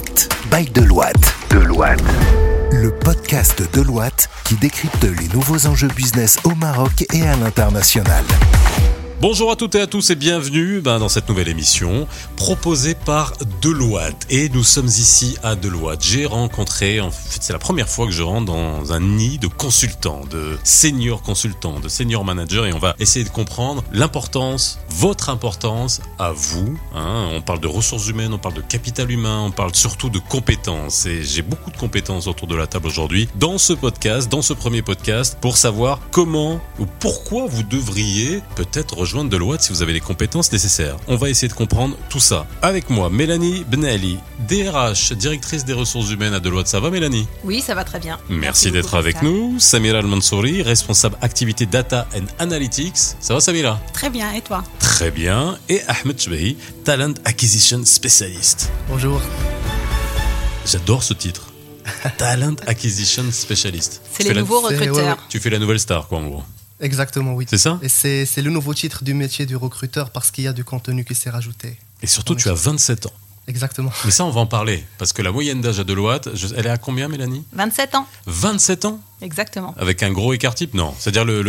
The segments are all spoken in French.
Impact by Deloitte. Le podcast Deloitte qui décrypte les nouveaux enjeux business au Maroc et à l'international. Bonjour à toutes et à tous et bienvenue dans cette nouvelle émission proposée par Deloitte. Et nous sommes ici à Deloitte. J'ai rencontré, en fait c'est la première fois que je rentre dans un nid de consultants, de senior consultants, de senior managers, et on va essayer de comprendre l'importance, votre importance à vous. On parle de ressources humaines, on parle de capital humain, on parle surtout de compétences. Et j'ai beaucoup de compétences autour de la table aujourd'hui dans ce podcast, dans ce premier podcast, pour savoir comment ou pourquoi vous devriez peut-être rejoindre Deloitte si vous avez les compétences nécessaires. On va essayer de comprendre tout ça. Avec moi, Mélanie Benali, DRH, directrice des ressources humaines à Deloitte. Ça va, Mélanie ? Oui, ça va très bien. Merci d'être avec nous. Samira Al-Mansouri, responsable activité Data and Analytics. Ça va, Samira ? Très bien, et toi ? Très bien. Et Ahmed Chbehi, Talent Acquisition Specialist. Bonjour. J'adore ce titre. Talent Acquisition Specialist. C'est les nouveaux recruteurs. Tu fais la nouvelle star, quoi, en gros. Exactement, oui. C'est ça ? Et c'est le nouveau titre du métier du recruteur parce qu'il y a du contenu qui s'est rajouté. Et surtout, tu as 27 ans. Exactement. Mais ça, on va en parler. Parce que la moyenne d'âge à Deloitte, elle est à combien, Mélanie ? 27 ans. 27 ans ? Exactement. Avec un gros écart type ? Non. C'est-à-dire le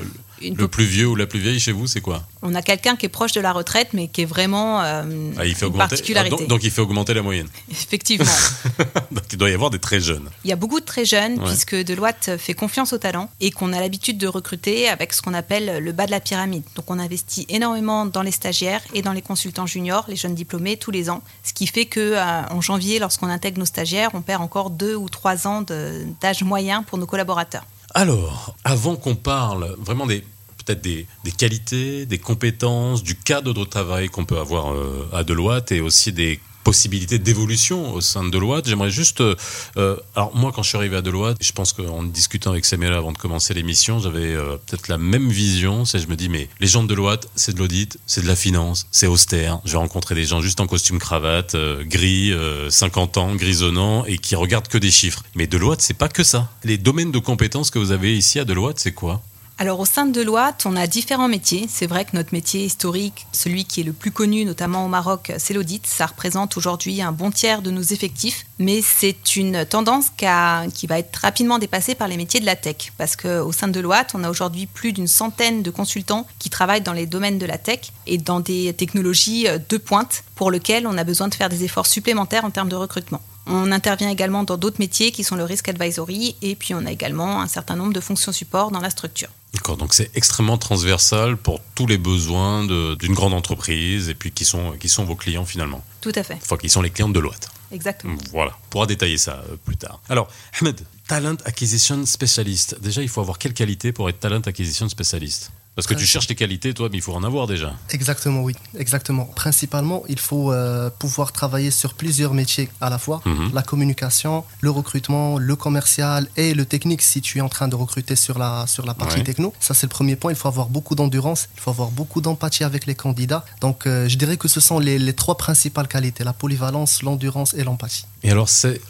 plus vieux ou la plus vieille chez vous, c'est quoi ? On a quelqu'un qui est proche de la retraite, mais qui est vraiment une particularité. Donc il fait augmenter la moyenne. Effectivement. Donc il doit y avoir des très jeunes. Il y a beaucoup de très jeunes, puisque Deloitte fait confiance aux talents et qu'on a l'habitude de recruter avec ce qu'on appelle le bas de la pyramide. Donc on investit énormément dans les stagiaires et dans les consultants juniors, les jeunes diplômés, tous les ans. Ce qui fait qu'en janvier, lorsqu'on intègre nos stagiaires, on perd encore 2 ou 3 ans d'âge moyen pour nos collaborateurs. Alors, avant qu'on parle vraiment peut-être des qualités, des compétences, du cadre de travail qu'on peut avoir à Deloitte et aussi des possibilités d'évolution au sein de Deloitte. J'aimerais juste... alors moi, quand je suis arrivé à Deloitte, je pense qu'en discutant avec Samira avant de commencer l'émission, j'avais peut-être la même vision. Je me dis, mais les gens de Deloitte, c'est de l'audit, c'est de la finance, c'est austère. J'ai rencontré des gens juste en costume cravate, gris, 50 ans, grisonnants, et qui regardent que des chiffres. Mais Deloitte, c'est pas que ça. Les domaines de compétences que vous avez ici à Deloitte, c'est quoi ? Alors au sein de Deloitte, on a différents métiers. C'est vrai que notre métier historique, celui qui est le plus connu notamment au Maroc, c'est l'audit. Ça représente aujourd'hui un bon tiers de nos effectifs. Mais c'est une tendance qui va être rapidement dépassée par les métiers de la tech. Parce qu'au sein de Deloitte, on a aujourd'hui plus d'une centaine de consultants qui travaillent dans les domaines de la tech et dans des technologies de pointe pour lesquelles on a besoin de faire des efforts supplémentaires en termes de recrutement. On intervient également dans d'autres métiers qui sont le risk advisory et puis on a également un certain nombre de fonctions support dans la structure. D'accord, donc c'est extrêmement transversal pour tous les besoins d'une grande entreprise et puis qui sont vos clients finalement. Tout à fait. Enfin, qui sont les clients de Deloitte. Exactement. Voilà, on pourra détailler ça plus tard. Alors, Ahmed, Talent Acquisition Specialist. Déjà, il faut avoir quelle qualité pour être Talent Acquisition Specialist ? Parce que tu cherches les qualités, toi, mais il faut en avoir déjà. Exactement, oui. Exactement. Principalement, il faut pouvoir travailler sur plusieurs métiers à la fois. La communication, le recrutement, le commercial et le technique si tu es en train de recruter sur la partie techno. Ça, c'est le premier point. Il faut avoir beaucoup d'endurance. Il faut avoir beaucoup d'empathie avec les candidats. Donc, je dirais que ce sont les 3 principales qualités. La polyvalence, l'endurance et l'empathie. Et alors,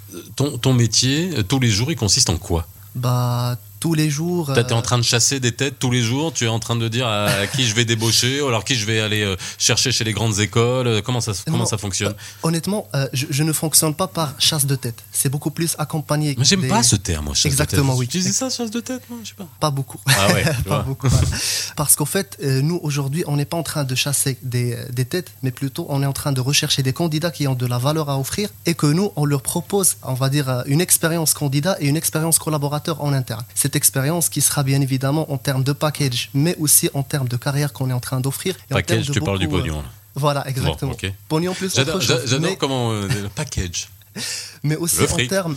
ton métier, tous les jours, il consiste en quoi ? Tous les jours. Tu es en train de chasser des têtes tous les jours, tu es en train de dire à qui je vais débaucher, ou alors qui je vais aller chercher chez les grandes écoles. Comment ça fonctionne ? Honnêtement, je ne fonctionne pas par chasse de tête. C'est beaucoup plus accompagné. Mais j'aime pas ce terme, moi, chasse Exactement, de tête. oui. Tu disais ça, chasse de tête ? Moi, je sais pas. Pas beaucoup. Ah ouais, pas beaucoup. Parce qu'en fait, nous, aujourd'hui, on n'est pas en train de chasser des têtes, mais plutôt on est en train de rechercher des candidats qui ont de la valeur à offrir et que nous, on leur propose, on va dire, une expérience candidat et une expérience collaborateur en interne. Cette expérience qui sera bien évidemment en termes de package, mais aussi en termes de carrière qu'on est en train d'offrir. Et package, tu parles du pognon. Voilà, exactement. Bon, okay. Pognon plus autre chose. J'adore comment le package. Mais aussi en termes...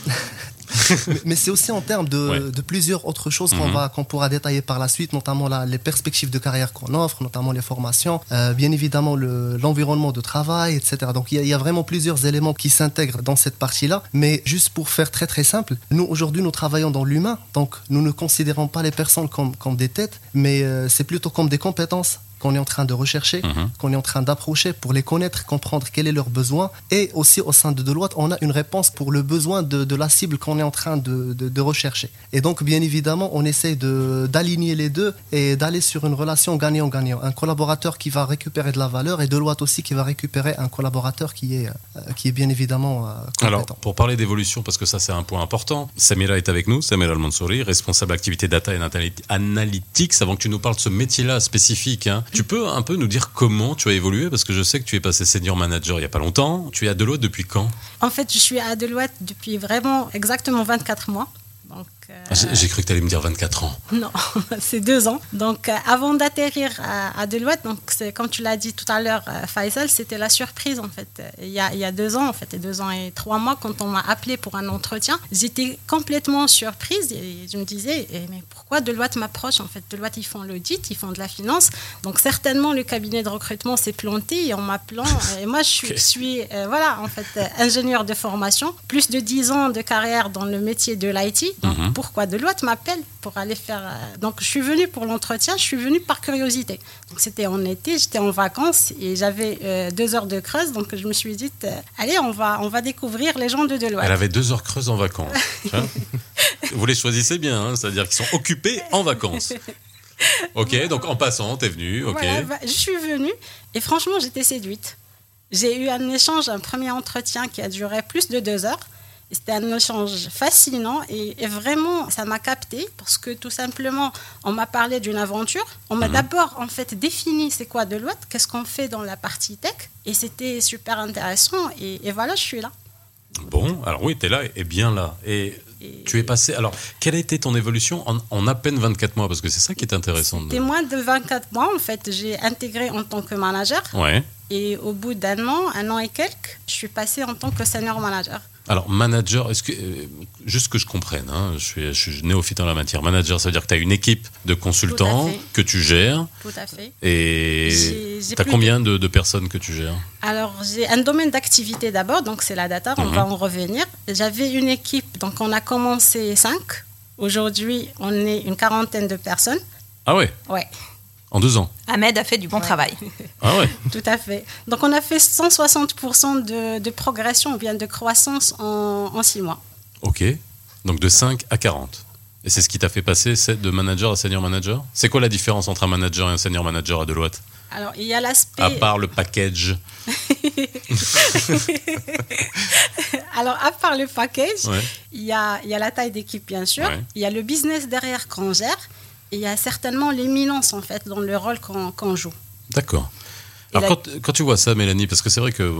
mais c'est aussi en termes de plusieurs autres choses qu'on pourra détailler par la suite, notamment les perspectives de carrière qu'on offre, notamment les formations, bien évidemment l'environnement de travail, etc. Donc il y a vraiment plusieurs éléments qui s'intègrent dans cette partie-là. Mais juste pour faire très très simple, nous aujourd'hui nous travaillons dans l'humain, donc nous ne considérons pas les personnes comme des têtes, mais c'est plutôt comme des compétences qu'on est en train de rechercher, qu'on est en train d'approcher pour les connaître, comprendre quel est leur besoin. Et aussi au sein de Deloitte, on a une réponse pour le besoin de la cible qu'on est en train de rechercher. Et donc, bien évidemment, on essaie d'aligner les deux et d'aller sur une relation gagnant-gagnant. Un collaborateur qui va récupérer de la valeur et Deloitte aussi qui va récupérer un collaborateur qui est bien évidemment compétent. Alors, pour parler d'évolution, parce que ça c'est un point important, Samira est avec nous, Samira Al-Mansouri, responsable activité data et analytics. Avant que tu nous parles de ce métier-là spécifique, tu peux un peu nous dire comment tu as évolué, parce que je sais que tu es passé senior manager il n'y a pas longtemps. Tu es à Deloitte depuis quand ? En fait, je suis à Deloitte depuis vraiment exactement 24 mois. Donc, j'ai cru que tu allais me dire 24 ans. Non, c'est 2 ans. Donc, avant d'atterrir à Deloitte, donc c'est, comme tu l'as dit tout à l'heure, Faisal, c'était la surprise en fait. Il y a 2 ans, en fait, 2 ans et 3 mois, quand on m'a appelé pour un entretien, j'étais complètement surprise et je me disais, mais pourquoi Deloitte m'approche en fait ? Deloitte, ils font l'audit, ils font de la finance. Donc, certainement, le cabinet de recrutement s'est planté en m'appelant. Et moi, je suis voilà, en fait, ingénieur de formation, plus de 10 ans de carrière dans le métier de l'IT. Donc, pourquoi Deloitte m'appelle pour aller faire... Donc, je suis venue pour l'entretien, je suis venue par curiosité. Donc, c'était en été, j'étais en vacances et j'avais 2 heures de creuse. Donc, je me suis dit, allez, on va découvrir les gens de Deloitte. Elle avait 2 heures creuses en vacances. Vous les choisissez bien, c'est-à-dire qu'ils sont occupés en vacances. Ok, donc en passant, t'es venue. Okay. Voilà, je suis venue et franchement, j'étais séduite. J'ai eu un premier entretien qui a duré plus de 2 heures. C'était un échange fascinant et vraiment, ça m'a capté parce que tout simplement, on m'a parlé d'une aventure. On m'a d'abord en fait défini c'est quoi Deloitte, qu'est-ce qu'on fait dans la partie tech et c'était super intéressant et voilà, je suis là. Bon, alors oui, tu es là et bien là. Et tu es passé... Alors, quelle a été ton évolution en à peine 24 mois ? Parce que c'est ça qui est intéressant. C'était moins de 24 mois, en fait. J'ai intégré en tant que manager. Ouais. Et au bout d'un an et quelques, je suis passée en tant que senior manager. Alors, manager, juste que je comprenne, je suis néophyte en la matière. Manager, ça veut dire que tu as une équipe de consultants que tu gères. Tout à fait. Et tu as combien de personnes que tu gères ? Alors, j'ai un domaine d'activité d'abord, donc c'est la data, on va en revenir. J'avais une équipe, donc on a commencé 5. Aujourd'hui, on est une 40aine de personnes. Ah ouais ? Ouais. En 2 ans. Ahmed a fait du bon travail. Ah ouais. Tout à fait. Donc, on a fait 160% de progression ou bien de croissance en 6 mois. Ok. Donc, de 5 à 40. Et c'est ce qui t'a fait passer de manager à senior manager ? C'est quoi la différence entre un manager et un senior manager à Deloitte ? Alors, il y a l'aspect... À part le package. Alors, à part le package, il y a la taille d'équipe, bien sûr. Il y a le business derrière qu'on gère. Et il y a certainement l'éminence, en fait, dans le rôle qu'on joue. D'accord. Alors, quand tu vois ça, Mélanie, parce que c'est vrai que,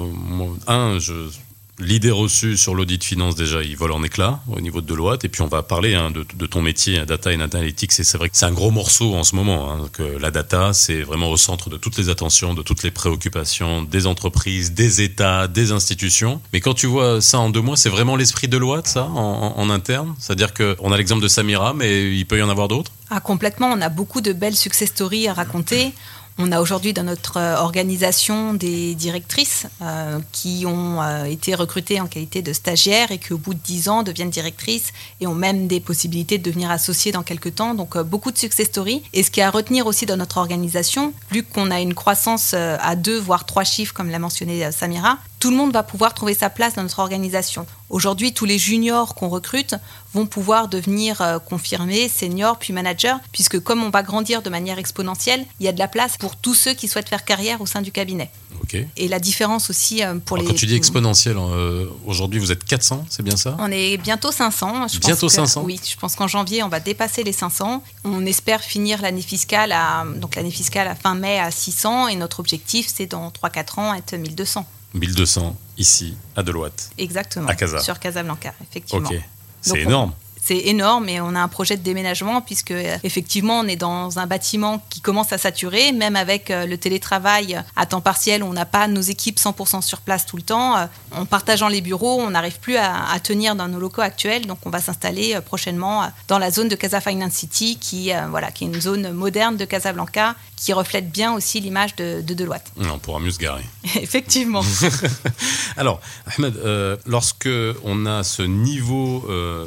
l'idée reçue sur l'audit finance, déjà, il vole en éclats au niveau de Deloitte. Et puis, on va parler de ton métier, data et analytics. Et c'est vrai que c'est un gros morceau en ce moment. Que la data, c'est vraiment au centre de toutes les attentions, de toutes les préoccupations des entreprises, des États, des institutions. Mais quand tu vois ça en 2 mois, c'est vraiment l'esprit Deloitte, ça, en interne ? C'est-à-dire qu'on a l'exemple de Samira, mais il peut y en avoir d'autres ? Ah, complètement. On a beaucoup de belles success stories à raconter. On a aujourd'hui dans notre organisation des directrices qui ont été recrutées en qualité de stagiaires et qui au bout de 10 ans deviennent directrices et ont même des possibilités de devenir associées dans quelques temps. Donc beaucoup de success stories. Et ce qui est à retenir aussi dans notre organisation, vu qu'on a une croissance à 2 voire 3 chiffres comme l'a mentionné Samira, tout le monde va pouvoir trouver sa place dans notre organisation. Aujourd'hui, tous les juniors qu'on recrute vont pouvoir devenir confirmés, seniors, puis managers, puisque comme on va grandir de manière exponentielle, il y a de la place pour tous ceux qui souhaitent faire carrière au sein du cabinet. Okay. Et la différence aussi pour Quand tu dis exponentielle, aujourd'hui vous êtes 400, c'est bien ça ? On est bientôt 500. Bientôt 500 ? Oui, je pense qu'en janvier, on va dépasser les 500. On espère finir l'année fiscale à fin mai à 600 et notre objectif, c'est dans 3-4 ans être 1200. 1200 ici à Deloitte. Exactement. À Casa. Sur Casablanca, effectivement. Ok. C'est énorme. C'est énorme et on a un projet de déménagement puisque effectivement on est dans un bâtiment qui commence à saturer, même avec le télétravail à temps partiel, on n'a pas nos équipes 100% sur place tout le temps. En partageant les bureaux, on n'arrive plus à tenir dans nos locaux actuels, donc on va s'installer prochainement dans la zone de Casa Finance City qui est une zone moderne de Casablanca qui reflète bien aussi l'image de Deloitte. On pourra mieux se garer. Effectivement. Alors, Ahmed, lorsque on a ce niveau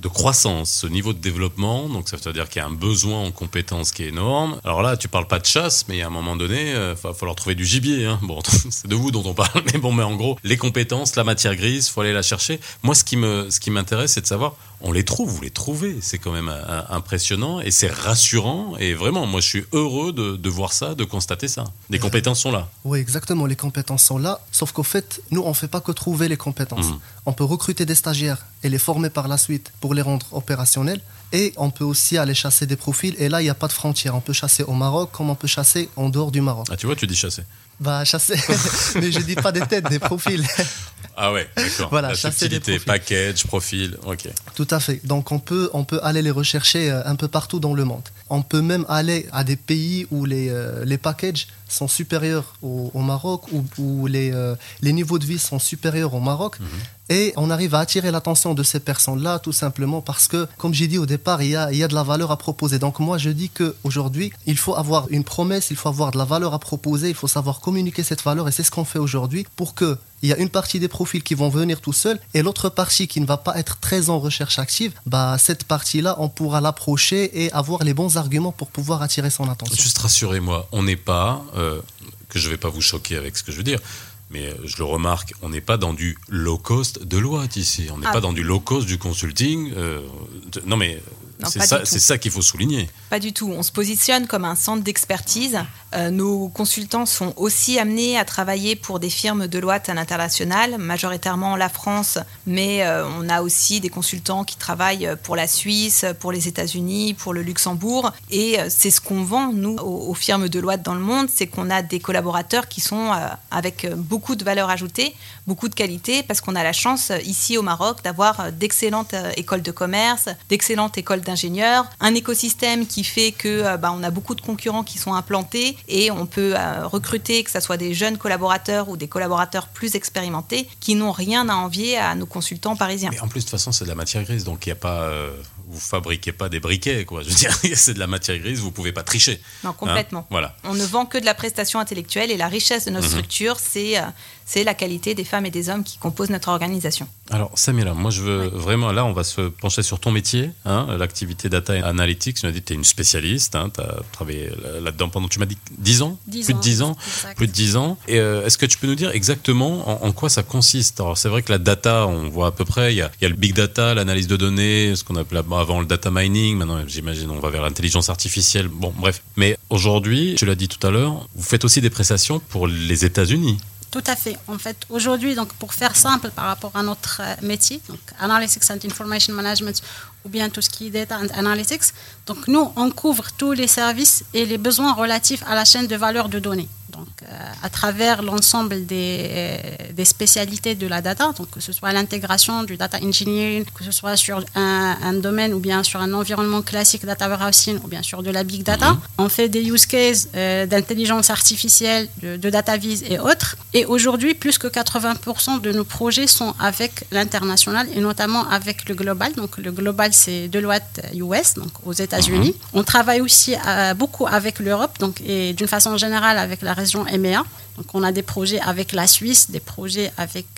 de croissance, ce niveau de développement, donc ça veut dire qu'il y a un besoin en compétences qui est énorme. Alors là, tu parles pas de chasse, mais à un moment donné, va falloir trouver du gibier. Hein. Bon, c'est de vous dont on parle, mais en gros, les compétences, la matière grise, faut aller la chercher. Moi, ce qui m'intéresse, c'est de savoir, on les trouve, vous les trouvez. C'est quand même impressionnant et c'est rassurant. Et vraiment, moi, je suis heureux de voir ça, de constater ça. Les compétences sont là. Oui, exactement. Les compétences sont là. Sauf qu'au fait, nous, on ne fait pas que trouver les compétences. On peut recruter des stagiaires et les former par la suite pour les rendre opérationnels. Et on peut aussi aller chasser des profils. Et là, il n'y a pas de frontière. On peut chasser au Maroc comme on peut chasser en dehors du Maroc. Ah, tu vois, tu dis chasser. Chasser. Mais je ne dis pas des têtes, des profils. Ah ouais, d'accord. Voilà, la chasser des subtilité, profils. package, profil, ok. Tout à fait. Donc on peut aller les rechercher un peu partout dans le monde. On peut même aller à des pays où les packages sont supérieurs au Maroc, où les niveaux de vie sont supérieurs au Maroc. Et on arrive à attirer l'attention de ces personnes-là tout simplement parce que, comme j'ai dit au départ, il y a de la valeur à proposer. Donc moi, je dis qu'aujourd'hui, il faut avoir une promesse, il faut avoir de la valeur à proposer, il faut savoir communiquer cette valeur et c'est ce qu'on fait aujourd'hui pour qu'il y a une partie des profils qui vont venir tout seuls et l'autre partie qui ne va pas être très en recherche active, cette partie-là, on pourra l'approcher et avoir les bons arguments pour pouvoir attirer son attention. Juste rassurez-moi, on n'est pas, que je ne vais pas vous choquer avec ce que je veux dire, mais je le remarque, on n'est pas dans du low cost de Deloitte ici. On n'est pas dans du low cost du consulting. Non, c'est ça qu'il faut souligner. Pas du tout. On se positionne comme un centre d'expertise. Nos consultants sont aussi amenés à travailler pour des firmes Deloitte à l'international, majoritairement la France, mais on a aussi des consultants qui travaillent pour la Suisse, pour les États-Unis, pour le Luxembourg. Et c'est ce qu'on vend, nous, aux firmes Deloitte dans le monde, c'est qu'on a des collaborateurs qui sont avec beaucoup de valeur ajoutée, beaucoup de qualité, parce qu'on a la chance ici au Maroc d'avoir d'excellentes écoles de commerce, d'excellentes écoles d'ingénieurs, un écosystème qui fait que on a beaucoup de concurrents qui sont implantés et on peut recruter, que ce soit des jeunes collaborateurs ou des collaborateurs plus expérimentés qui n'ont rien à envier à nos consultants parisiens. Mais en plus, de toute façon, c'est de la matière grise, donc il n'y a pas... vous fabriquez pas des briquets, quoi. Je veux dire, c'est de la matière grise, vous pouvez pas tricher. Non, complètement. Voilà. On ne vend que de la prestation intellectuelle et la richesse de notre structure, c'est la qualité des femmes et des hommes qui composent notre organisation. Alors, Samira, moi, je veux vraiment... Là, on va se pencher sur ton métier, l'activité Data Analytics. Tu m'as dit que tu es une spécialiste, tu as travaillé là-dedans pendant, tu m'as dit, 10 ans ? Plus de 10 ans. Plus de 10 ans. Et est-ce que tu peux nous dire exactement en quoi ça consiste ? Alors, c'est vrai que la data, on voit à peu près, il y a le big data, l'analyse de données, ce qu'on appelait avant le data mining. Maintenant, j'imagine, on va vers l'intelligence artificielle. Bon, bref. Mais aujourd'hui, tu l'as dit tout à l'heure, vous faites aussi des prestations pour les États-Unis. Tout à fait. En fait, aujourd'hui, donc, pour faire simple par rapport à notre métier, donc Analytics and Information Management, ou bien tout ce qui est Data and Analytics, donc nous, on couvre tous les services et les besoins relatifs à la chaîne de valeur de données. Donc, à travers l'ensemble des spécialités de la data, donc que ce soit l'intégration du data engineering, que ce soit sur un domaine ou bien sur un environnement classique data warehousing ou bien sur de la big data. On fait des use cases d'intelligence artificielle, de data viz et autres. Et aujourd'hui, plus que 80% de nos projets sont avec l'international et notamment avec le global. Donc, le global, c'est Deloitte US, donc aux États-Unis. On travaille aussi beaucoup avec l'Europe, donc, et d'une façon générale avec la région EMEA. Donc, on a des projets avec la Suisse, des projets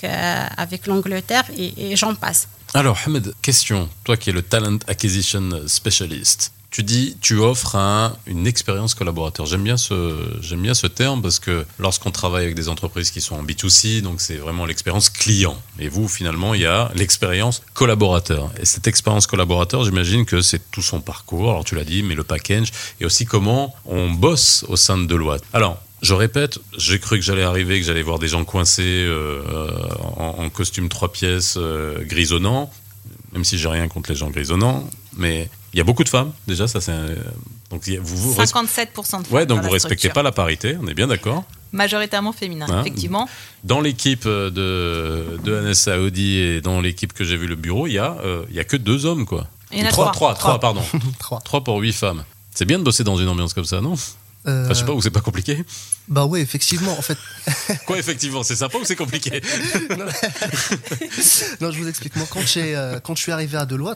avec l'Angleterre et j'en passe. Alors, Ahmed, question. Toi qui es le Talent Acquisition Specialist, tu dis, tu offres une expérience collaborateur. J'aime bien ce terme parce que lorsqu'on travaille avec des entreprises qui sont en B2C, donc c'est vraiment l'expérience client. Et vous, finalement, il y a l'expérience collaborateur. Et cette expérience collaborateur, j'imagine que c'est tout son parcours. Alors, tu l'as dit, mais le package et aussi comment on bosse au sein de Deloitte. Alors, je répète, j'ai cru que j'allais arriver, que j'allais voir des gens coincés en costume 3 pièces grisonnant, même si j'ai rien contre les gens grisonnants, mais il y a beaucoup de femmes, déjà, ça c'est... Donc, 57% de femmes. Ouais, donc vous respectez pas la parité, on est bien d'accord. Majoritairement féminin, effectivement. Dans l'équipe de Anes Saoudi et dans l'équipe que j'ai vu le bureau, il y a que 2 hommes, quoi. Il y en a 3, pardon. 3 pour 8 femmes. C'est bien de bosser dans une ambiance comme ça, non ? Je sais pas, ou c'est pas compliqué ? Bah oui, effectivement, en fait. Quoi, effectivement ? C'est sympa ou c'est compliqué ? Non, je vous explique. Moi, quand je suis arrivé à Deloitte,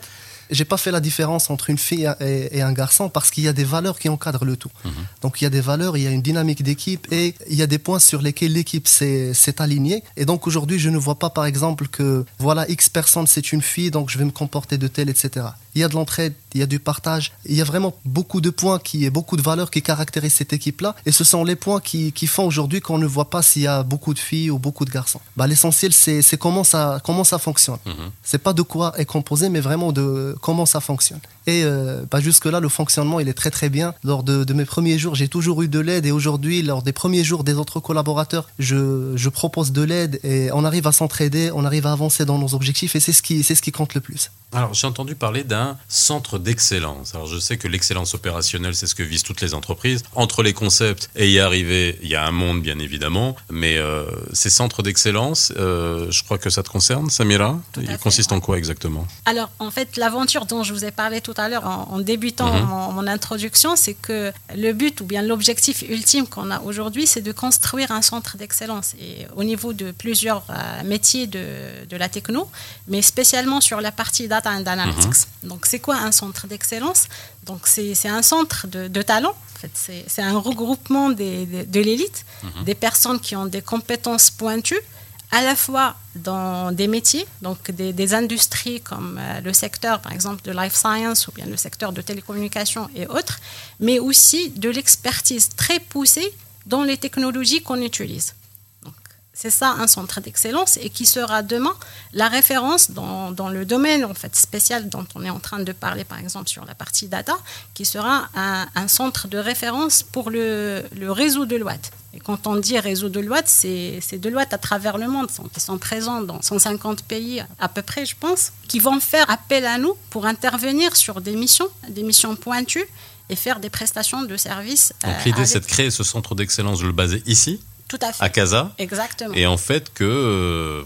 J'ai pas fait la différence entre une fille et un garçon parce qu'il y a des valeurs qui encadrent le tout. Donc il y a des valeurs, il y a une dynamique d'équipe et il y a des points sur lesquels l'équipe s'est alignée. Et donc aujourd'hui, je ne vois pas par exemple que voilà, X personne c'est une fille, donc je vais me comporter de telle, etc. Il y a de l'entraide, il y a du partage, il y a vraiment beaucoup de points, beaucoup de valeurs qui caractérisent cette équipe-là. Et ce sont les points qui font aujourd'hui qu'on ne voit pas s'il y a beaucoup de filles ou beaucoup de garçons. L'essentiel, c'est comment ça fonctionne. C'est pas de quoi est composé, mais vraiment de comment ça fonctionne. Et jusque-là, le fonctionnement, il est très très bien. Lors de mes premiers jours, j'ai toujours eu de l'aide. Et aujourd'hui, lors des premiers jours des autres collaborateurs, je propose de l'aide et on arrive à s'entraider, on arrive à avancer dans nos objectifs et c'est ce qui compte le plus. Alors, j'ai entendu parler d'un centre d'excellence. Alors, je sais que l'excellence opérationnelle, c'est ce que visent toutes les entreprises. Entre les concepts et y arriver, il y a un monde, bien évidemment. Mais ces centres d'excellence, je crois que ça te concerne, Samira. Ils consistent en quoi exactement? Alors, en fait, l'aventure dont je vous ai parlé tout à l'heure en débutant mon introduction, c'est que le but ou bien l'objectif ultime qu'on a aujourd'hui, c'est de construire un centre d'excellence. Et au niveau de plusieurs métiers de la techno, mais spécialement sur la partie data and analytics. Donc, c'est quoi un centre d'excellence? Donc, c'est un centre de talent. En fait, c'est un regroupement de l'élite, des personnes qui ont des compétences pointues, à la fois dans des métiers, donc des industries comme le secteur, par exemple, de life science ou bien le secteur de télécommunications et autres, mais aussi de l'expertise très poussée dans les technologies qu'on utilise. C'est ça un centre d'excellence et qui sera demain la référence dans le domaine en fait, spécial dont on est en train de parler, par exemple sur la partie data, qui sera un centre de référence pour le réseau Deloitte. Et quand on dit réseau Deloitte, c'est Deloitte à travers le monde, qui sont présents dans 150 pays à peu près, je pense, qui vont faire appel à nous pour intervenir sur des missions pointues et faire des prestations de services. Donc l'idée, c'est de créer ce centre d'excellence, de le baser ici. Tout à fait. À Casa. Exactement. Et en fait que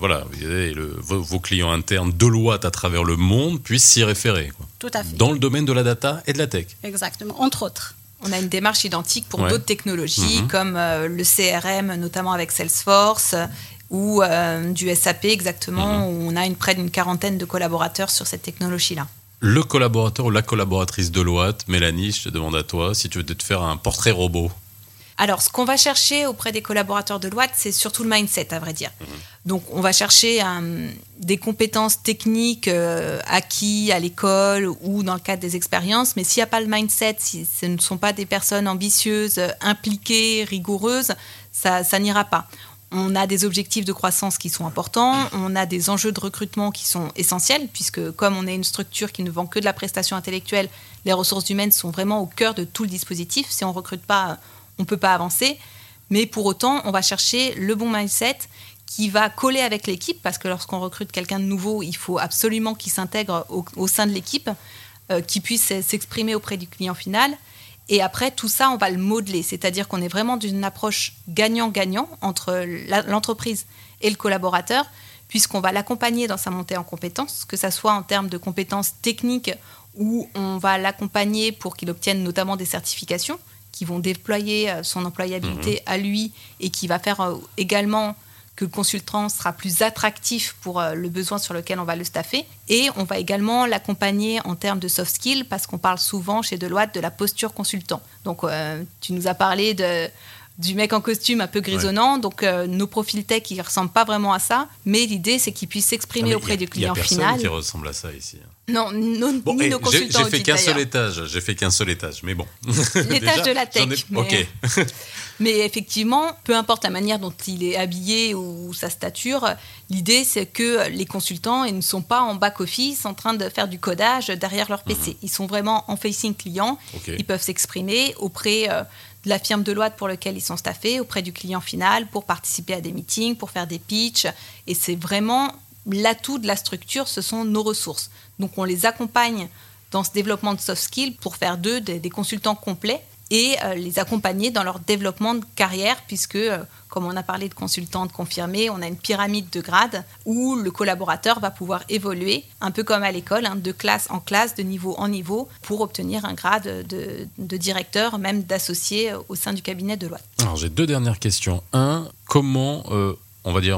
vos clients internes Deloitte à travers le monde puissent s'y référer. Quoi. Tout à fait. Dans le domaine de la data et de la tech. Exactement, entre autres. On a une démarche identique pour d'autres technologies comme le CRM, notamment avec Salesforce, ou du SAP exactement, où on a près d'une quarantaine de collaborateurs sur cette technologie-là. Le collaborateur ou la collaboratrice Deloitte, Mélanie, je te demande à toi si tu veux te faire un portrait robot. Alors, ce qu'on va chercher auprès des collaborateurs de Deloitte, c'est surtout le mindset, à vrai dire. Donc, on va chercher des compétences techniques acquises à l'école ou dans le cadre des expériences. Mais s'il n'y a pas le mindset, si ce ne sont pas des personnes ambitieuses, impliquées, rigoureuses, ça n'ira pas. On a des objectifs de croissance qui sont importants, on a des enjeux de recrutement qui sont essentiels, puisque comme on est une structure qui ne vend que de la prestation intellectuelle, les ressources humaines sont vraiment au cœur de tout le dispositif. Si on ne recrute pas, on ne peut pas avancer, mais pour autant, on va chercher le bon mindset qui va coller avec l'équipe, parce que lorsqu'on recrute quelqu'un de nouveau, il faut absolument qu'il s'intègre au sein de l'équipe, qu'il puisse s'exprimer auprès du client final. Et après, tout ça, on va le modeler, c'est-à-dire qu'on est vraiment d'une approche gagnant-gagnant entre l'entreprise et le collaborateur, puisqu'on va l'accompagner dans sa montée en compétences, que ce soit en termes de compétences techniques, où on va l'accompagner pour qu'il obtienne notamment des certifications, qui vont déployer son employabilité à lui et qui va faire également que le consultant sera plus attractif pour le besoin sur lequel on va le staffer. Et on va également l'accompagner en termes de soft skills parce qu'on parle souvent chez Deloitte de la posture consultant. Donc, tu nous as parlé du mec en costume un peu grisonnant. Ouais. Donc, nos profils tech, ils ne ressemblent pas vraiment à ça. Mais l'idée, c'est qu'ils puissent s'exprimer auprès du client final. Il n'y a personne qui ressemble à ça ici. Non, ni nos consultants. J'ai fait qu'un seul étage, mais bon. L'étage de la tech. Ok. Mais effectivement, peu importe la manière dont il est habillé ou sa stature, l'idée, c'est que les consultants ils ne sont pas en back-office en train de faire du codage derrière leur PC. Ils sont vraiment en facing client. Okay. Ils peuvent s'exprimer auprès de la firme Deloitte pour laquelle ils sont staffés, auprès du client final pour participer à des meetings, pour faire des pitchs. Et c'est vraiment l'atout de la structure, ce sont nos ressources. Donc, on les accompagne dans ce développement de soft skills pour faire d'eux des consultants complets et les accompagner dans leur développement de carrière puisque, comme on a parlé de consultants confirmés, on a une pyramide de grades où le collaborateur va pouvoir évoluer, un peu comme à l'école, de classe en classe, de niveau en niveau, pour obtenir un grade de directeur, même d'associé au sein du cabinet Deloitte. Alors, j'ai 2 dernières questions. Comment,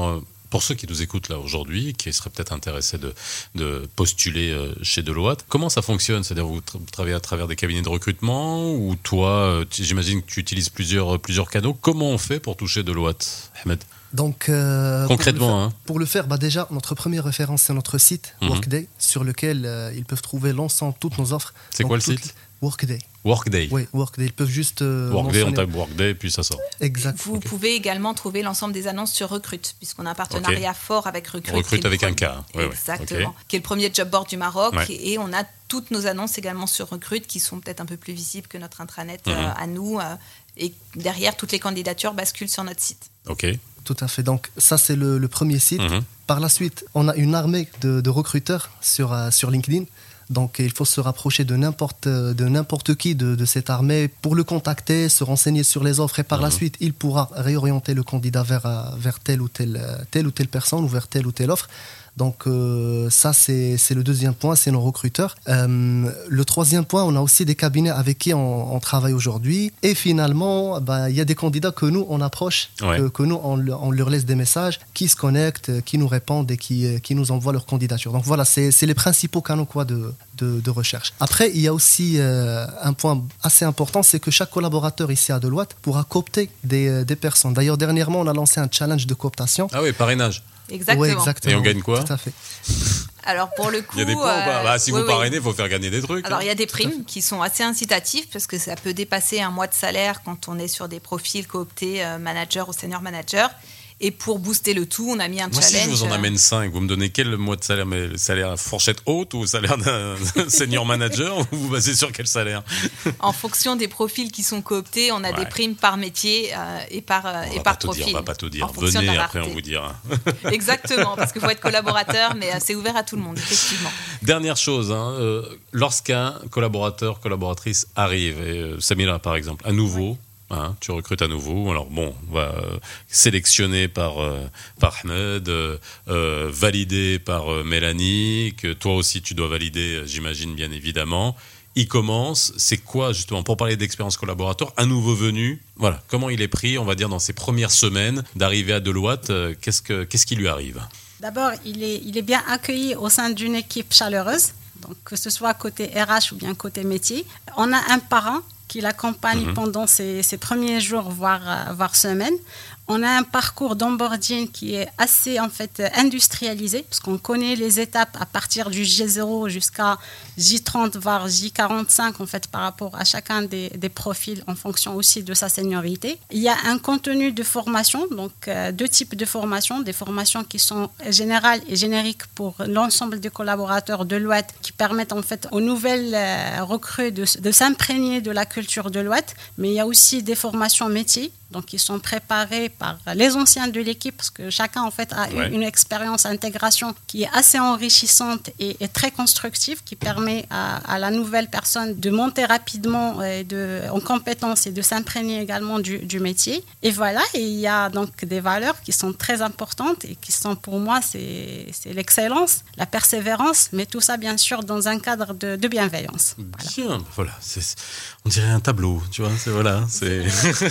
Pour ceux qui nous écoutent là aujourd'hui, qui seraient peut-être intéressés de postuler chez Deloitte, comment ça fonctionne ? C'est-à-dire vous travaillez à travers des cabinets de recrutement ou toi, j'imagine que tu utilises plusieurs canaux. Comment on fait pour toucher Deloitte, Ahmed ? Donc, concrètement, pour le faire, déjà, notre première référence, c'est notre site Workday, sur lequel ils peuvent trouver l'ensemble, toutes nos offres. C'est quoi le site ? Workday. Oui, Workday. Ils peuvent juste Workday, on tape Workday et puis ça sort. Exact. Vous pouvez également trouver l'ensemble des annonces sur Recrute, puisqu'on a un partenariat fort avec Recrute. Recrute avec un K. Exactement. Qui est le premier job board du Maroc. Et on a toutes nos annonces également sur Recrute qui sont peut-être un peu plus visibles que notre intranet à nous. Et derrière, toutes les candidatures basculent sur notre site. Ok. Tout à fait. Donc ça, c'est le premier site. Par la suite, on a une armée de recruteurs sur LinkedIn. Donc il faut se rapprocher de n'importe qui de cette armée pour le contacter, se renseigner sur les offres et par la suite, il pourra réorienter le candidat vers telle ou telle personne ou vers telle ou telle offre. Donc ça, c'est le deuxième point, c'est nos recruteurs. Le troisième point, on a aussi des cabinets avec qui on travaille aujourd'hui. Et finalement, il y a des candidats que nous, on approche, que nous, on leur laisse des messages, qui se connectent, qui nous répondent et qui nous envoient leur candidature. Donc voilà, c'est les principaux canaux de recherche. Après, il y a aussi un point assez important, c'est que chaque collaborateur ici à Deloitte pourra coopter des personnes. D'ailleurs, dernièrement, on a lancé un challenge de cooptation. Ah oui, parrainage. Exactement. Ouais, exactement. Et on gagne quoi ? Tout à fait. Alors pour le coup, il y a des points ou pas ? Si vous parrainez, il faut faire gagner des trucs. Alors il y a des primes qui sont assez incitatives parce que ça peut dépasser un mois de salaire quand on est sur des profils cooptés manager ou senior manager. Et pour booster le tout, on a mis un challenge. Si je vous en amène 5, vous me donnez quel mois de salaire ? Mais le salaire fourchette haute ou le salaire d'un senior manager ? Ou vous basez sur quel salaire ? En fonction des profils qui sont cooptés, on a des primes par métier et par profil. On va pas tout dire. Venez, après on vous dira. Exactement, parce qu'il faut être collaborateur, mais c'est ouvert à tout le monde, effectivement. Dernière chose, lorsqu'un collaboratrice arrive, et Samira par exemple, à nouveau, tu recrutes à nouveau. Alors bon, on va sélectionner par Ahmed, validé par Mélanie, que toi aussi tu dois valider, j'imagine bien évidemment. Il commence, c'est quoi justement, pour parler d'expérience collaborateur, un nouveau venu, voilà, comment il est pris, on va dire, dans ses premières semaines d'arrivée à Deloitte, qu'est-ce qui lui arrive ? D'abord, il est bien accueilli au sein d'une équipe chaleureuse, donc que ce soit côté RH ou bien côté métier. On a un parent qui l'accompagne pendant ses premiers jours, voire semaines. On a un parcours d'onboarding qui est assez en fait industrialisé, parce qu'on connaît les étapes à partir du G0 jusqu'à J30, voire J45 en fait, par rapport à chacun des profils en fonction aussi de sa seniorité. Il y a un contenu de formation, donc deux types de formations, des formations qui sont générales et génériques pour l'ensemble des collaborateurs de Deloitte, qui permettent en fait aux nouvelles recrues de s'imprégner de la culture de Deloitte, mais il y a aussi des formations métiers. Donc, ils sont préparés par les anciens de l'équipe parce que chacun, en fait, a eu une expérience d'intégration qui est assez enrichissante et très constructive, qui permet à la nouvelle personne de monter rapidement en compétences et de s'imprégner également du métier. Et voilà, et il y a donc des valeurs qui sont très importantes et qui sont, pour moi, c'est l'excellence, la persévérance, mais tout ça, bien sûr, dans un cadre de bienveillance. Bien, voilà. On dirait un tableau, tu vois, c'est...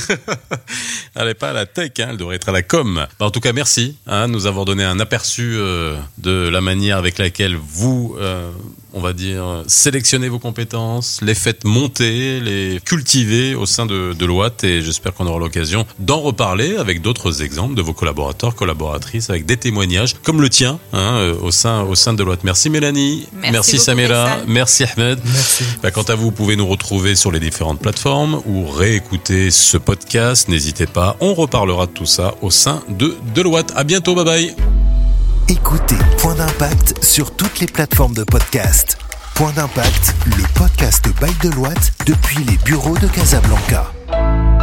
Elle n'est pas à la tech, elle devrait être à la com. En tout cas, merci de nous avoir donné un aperçu de la manière avec laquelle vous, on va dire, sélectionnez vos compétences, les faites monter, les cultivez au sein de Deloitte, et j'espère qu'on aura l'occasion d'en reparler avec d'autres exemples de vos collaborateurs, collaboratrices, avec des témoignages comme le tien au sein de Deloitte. Merci Mélanie, merci Samira, merci Ahmed. Merci. Quant à vous, vous pouvez nous retrouver sur les différentes plateformes ou réécouter ce podcast. N'hésitez pas, on reparlera de tout ça au sein de Deloitte. À bientôt, bye bye. Écoutez Point d'Impact sur toutes les plateformes de podcast. Point d'Impact, le podcast by Deloitte depuis les bureaux de Casablanca.